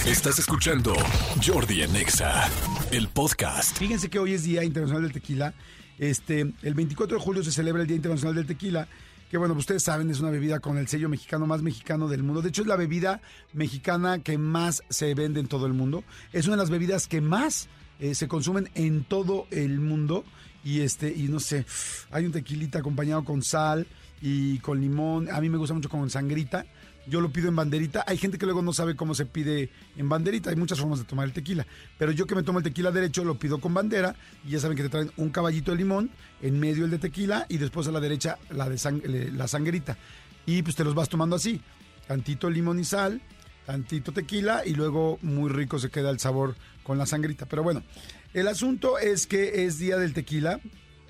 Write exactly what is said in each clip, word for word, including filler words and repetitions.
Estás escuchando Jordi en Exa, el podcast. Fíjense que hoy es Día Internacional del Tequila. Este, el veinticuatro de julio se celebra el Día Internacional del Tequila, que bueno, ustedes saben, es una bebida con el sello mexicano más mexicano del mundo. De hecho, es la bebida mexicana que más se vende en todo el mundo. Es una de las bebidas que más eh, se consumen en todo el mundo. Y este, y no sé, hay un tequilita acompañado con sal y con limón. A mí me gusta mucho con sangrita. Yo lo pido en banderita. Hay gente que luego no sabe cómo se pide en banderita. Hay muchas formas de tomar el tequila. Pero yo que me tomo el tequila derecho, lo pido con bandera. Y ya saben que te traen un caballito de limón, en medio el de tequila y después a la derecha la de sang la sangrita. Y pues te los vas tomando así. Tantito limón y sal, tantito tequila y luego muy rico se queda el sabor con la sangrita. Pero bueno, el asunto es que es Día del Tequila.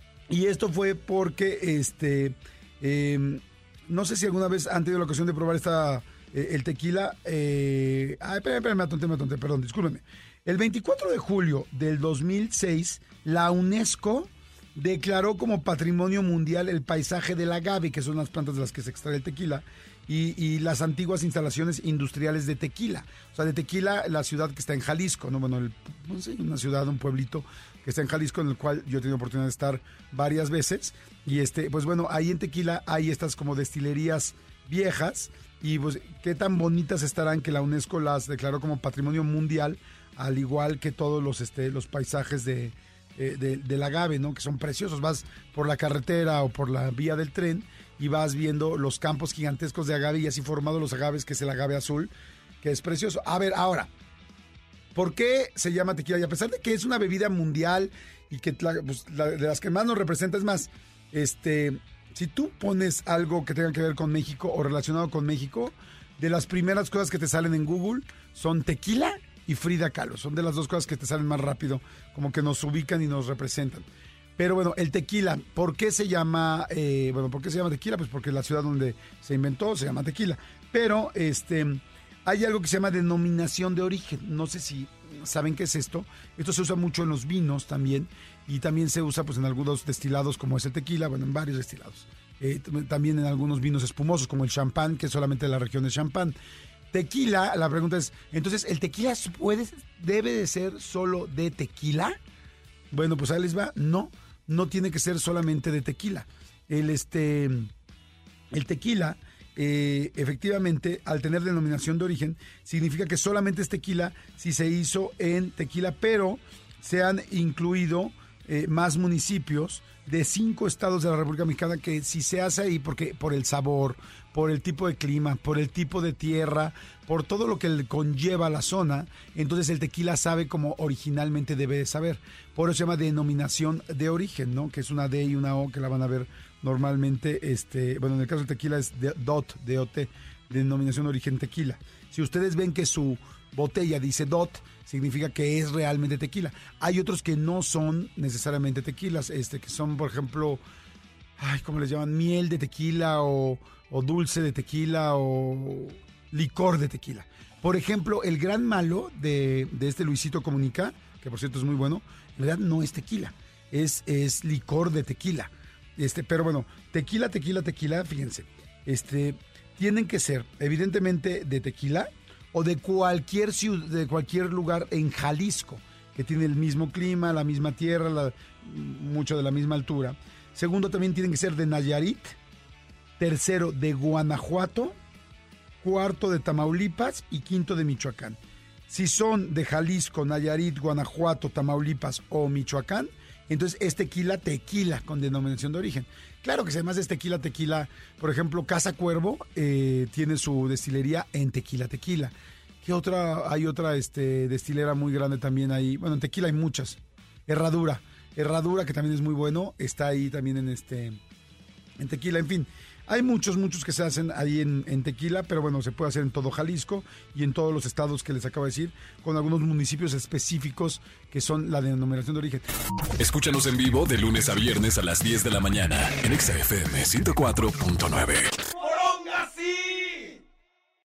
Y esto fue porque este... Eh, no sé si alguna vez han tenido la ocasión de probar esta eh, el tequila. Eh, ay, espérame, espérame, me atonté, me atonté, perdón, discúlpenme. El veinticuatro de julio del dos mil seis, la UNESCO declaró como Patrimonio Mundial el paisaje del agave, que son las plantas de las que se extrae el tequila, y, y las antiguas instalaciones industriales de tequila. O sea, de Tequila, la ciudad que está en Jalisco, ¿no? Bueno, el, no sé, una ciudad, un pueblito que está en Jalisco, en el cual yo he tenido oportunidad de estar varias veces. Y este, pues bueno, ahí en Tequila hay estas como destilerías viejas. Y pues qué tan bonitas estarán que la UNESCO las declaró como Patrimonio Mundial, al igual que todos los, este, los paisajes de, eh, de, del agave, ¿no? Que son preciosos. Vas por la carretera o por la vía del tren y vas viendo los campos gigantescos de agave y así formados los agaves, que es el agave azul, que es precioso. A ver, ahora, ¿por qué se llama tequila? Y a pesar de que es una bebida mundial y que pues, la, de las que más nos representa, es más, este, si tú pones algo que tenga que ver con México o relacionado con México, de las primeras cosas que te salen en Google son tequila y Frida Kahlo. Son de las dos cosas que te salen más rápido, como que nos ubican y nos representan. Pero bueno, el tequila, ¿por qué se llama, eh, bueno, ¿por qué se llama tequila? Pues porque la ciudad donde se inventó se llama Tequila. Pero este, hay algo que se llama denominación de origen. No sé si saben qué es esto. Esto se usa mucho en los vinos también. Y también se usa pues en algunos destilados como es el tequila, bueno, en varios destilados. Eh, también en algunos vinos espumosos como el champán, que es solamente de la región de champán. Tequila, la pregunta es, entonces, ¿el tequila puede, debe de ser solo de tequila? Bueno, pues ahí les va, no. No tiene que ser solamente de tequila. El, este, el tequila, eh, efectivamente, al tener denominación de origen, significa que solamente es tequila si se hizo en tequila, pero se han incluido eh, más municipios de cinco estados de la República Mexicana que si se hace ahí, porque por el sabor, por el tipo de clima, por el tipo de tierra, por todo lo que le conlleva la zona, entonces el tequila sabe como originalmente debe de saber. Por eso se llama denominación de origen, ¿no? Que es una D y una O que la van a ver normalmente, este, bueno, en el caso del tequila es D O T, D O T, denominación de origen tequila. Si ustedes ven que su botella dice D O T, significa que es realmente tequila. Hay otros que no son necesariamente tequilas, este, que son, por ejemplo, ay, ¿cómo les llaman? Miel de tequila o, o dulce de tequila o licor de tequila. Por ejemplo, el gran malo de, de este Luisito Comunica, que por cierto es muy bueno, en realidad no es tequila, es, es licor de tequila. Este, pero bueno, tequila, tequila, tequila, fíjense, este, tienen que ser evidentemente de tequila o de cualquier ciudad, de cualquier lugar en Jalisco, que tiene el mismo clima, la misma tierra, la, mucho de la misma altura. Segundo, también tienen que ser de Nayarit. Tercero, de Guanajuato. Cuarto, de Tamaulipas. Y quinto, de Michoacán. Si son de Jalisco, Nayarit, Guanajuato, Tamaulipas o Michoacán, entonces es tequila, tequila con denominación de origen. Claro que si además es tequila, tequila, por ejemplo, Casa Cuervo eh, tiene su destilería en tequila, tequila. ¿Qué otra? Hay otra este, destilera muy grande también ahí. Bueno, en tequila hay muchas. Herradura. Herradura, que también es muy bueno, está ahí también en este en tequila, en fin. Hay muchos, muchos que se hacen ahí en, en tequila, pero bueno, se puede hacer en todo Jalisco y en todos los estados que les acabo de decir, con algunos municipios específicos que son la denominación de origen. Escúchanos en vivo de lunes a viernes a las diez de la mañana en Exa F M ciento cuatro punto nueve.